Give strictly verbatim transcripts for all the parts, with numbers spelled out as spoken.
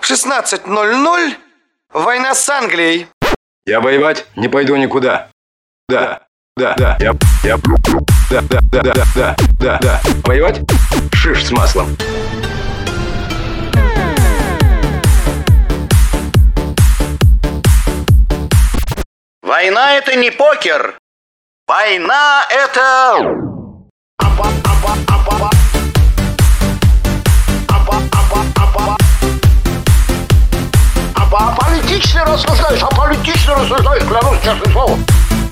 шестнадцать ноль ноль. Война с Англией. Я воевать не пойду никуда. Да, да, да, я, я, да, да, да, да, да, да, да. Воевать? Шиш с маслом. Война — это не покер. Война — это... Аполитично рассуждаешь, аполитично рассуждаешь, клянусь честным словом.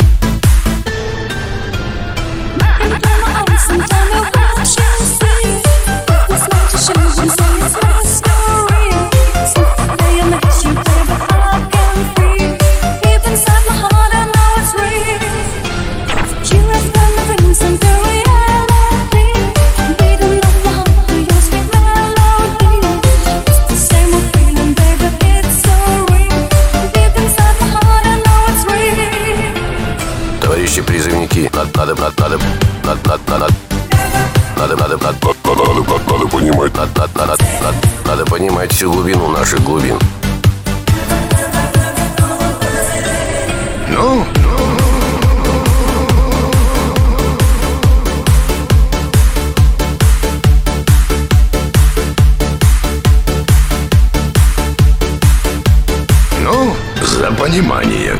Товарищи призывники, надо, надо, надо, надо, надо, надо, надо, надо, надо, надо, надо понимать, надо, надо, надо, надо, надо понимать всю глубину наших глубин. Ну, ну, за понимание.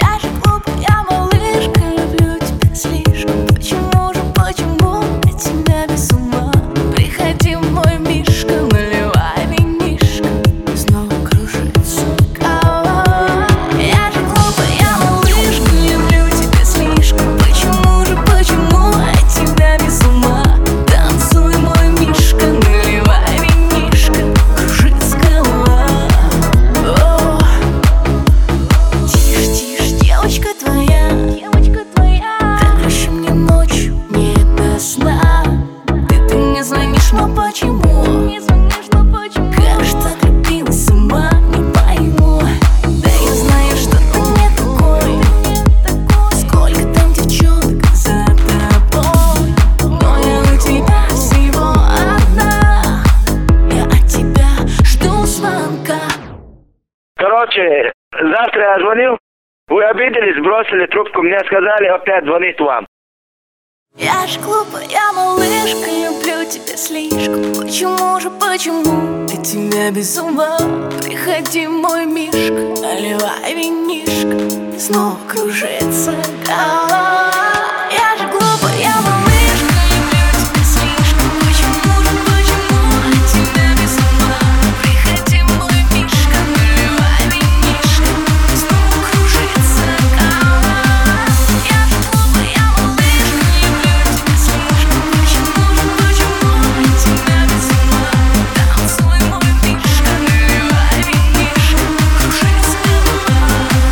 Короче, завтра я звонил, вы обиделись, бросили трубку, мне сказали опять звонить вам. Я ж глупая малышка, люблю тебя слишком. Почему же, почему от тебя без ума? Приходи, мой мишка, наливай винишко, снова кружится голова. Я ж глупая малышка, люблю тебя слишком. Почему же, почему от тебя без ума? Приходи, мой мишка, наливай винишко, снова кружится голова. Я ж глупая малышка, люблю тебя слишком. Почему же, почему от тебя без ума? Танцуй, мой мишка, наливай винишко, кружится голова.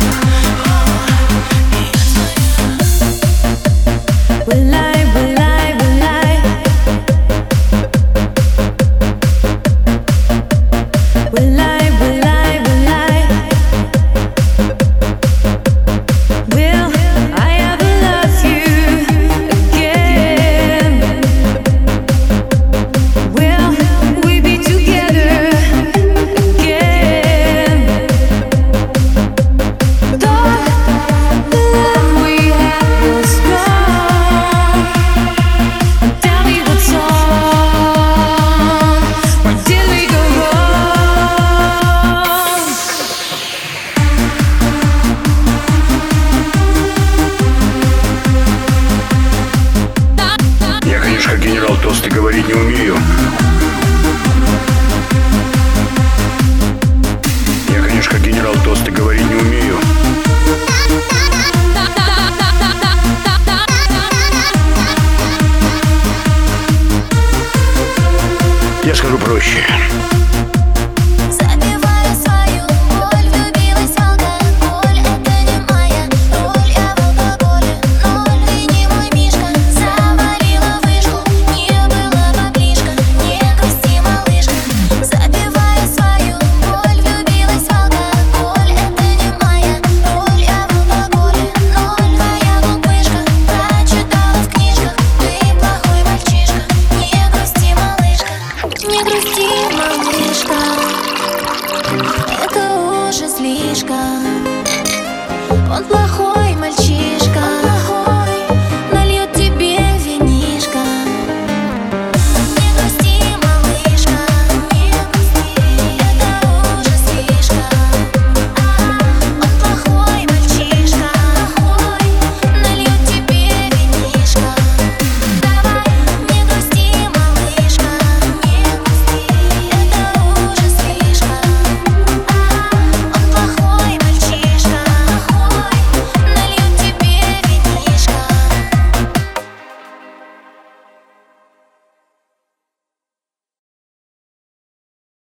Will I, will I, will I? Will I, will I, will I? Will I ever love you again? Will we be together again? Thought the love we had was strong. Tell me what's wrong. Where did we go wrong? Он плохой мальчишка.